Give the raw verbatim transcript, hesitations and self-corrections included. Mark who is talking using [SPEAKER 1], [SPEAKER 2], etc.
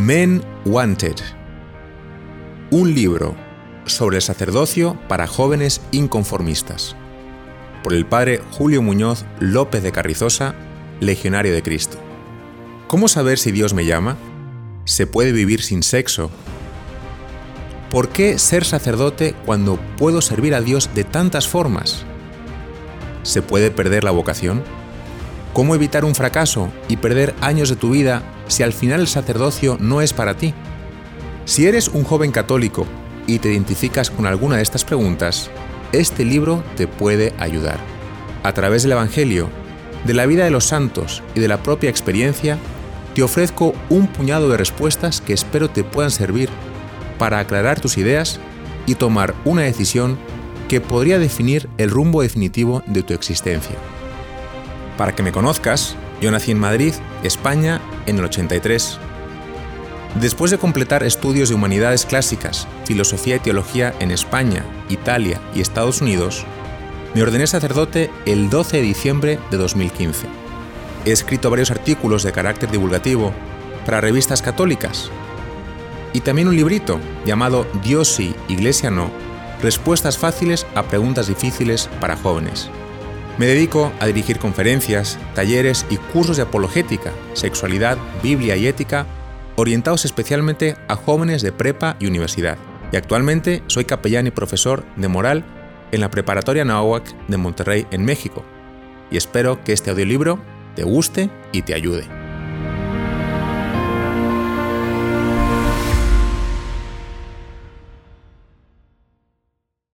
[SPEAKER 1] Men Wanted. Un libro sobre el sacerdocio para jóvenes inconformistas. Por el padre Julio Muñoz López de Carrizosa, legionario de Cristo. ¿Cómo saber si Dios me llama? ¿Se puede vivir sin sexo? ¿Por qué ser sacerdote cuando puedo servir a Dios de tantas formas? ¿Se puede perder la vocación? ¿Cómo evitar un fracaso y perder años de tu vida si al final el sacerdocio no es para ti? Si eres un joven católico y te identificas con alguna de estas preguntas, este libro te puede ayudar. A través del Evangelio, de la vida de los santos y de la propia experiencia, te ofrezco un puñado de respuestas que espero te puedan servir para aclarar tus ideas y tomar una decisión que podría definir el rumbo definitivo de tu existencia. Para que me conozcas, yo nací en Madrid, España, en el ochenta y tres. Después de completar estudios de humanidades clásicas, filosofía y teología en España, Italia y Estados Unidos, me ordené sacerdote el doce de diciembre de dos mil quince. He escrito varios artículos de carácter divulgativo para revistas católicas y también un librito llamado Dios sí, Iglesia no, respuestas fáciles a preguntas difíciles para jóvenes. Me dedico a dirigir conferencias, talleres y cursos de apologética, sexualidad, Biblia y ética, orientados especialmente a jóvenes de prepa y universidad. Y actualmente soy capellán y profesor de moral en la Preparatoria Anáhuac de Monterrey, en México. Y espero que este audiolibro te guste y te ayude.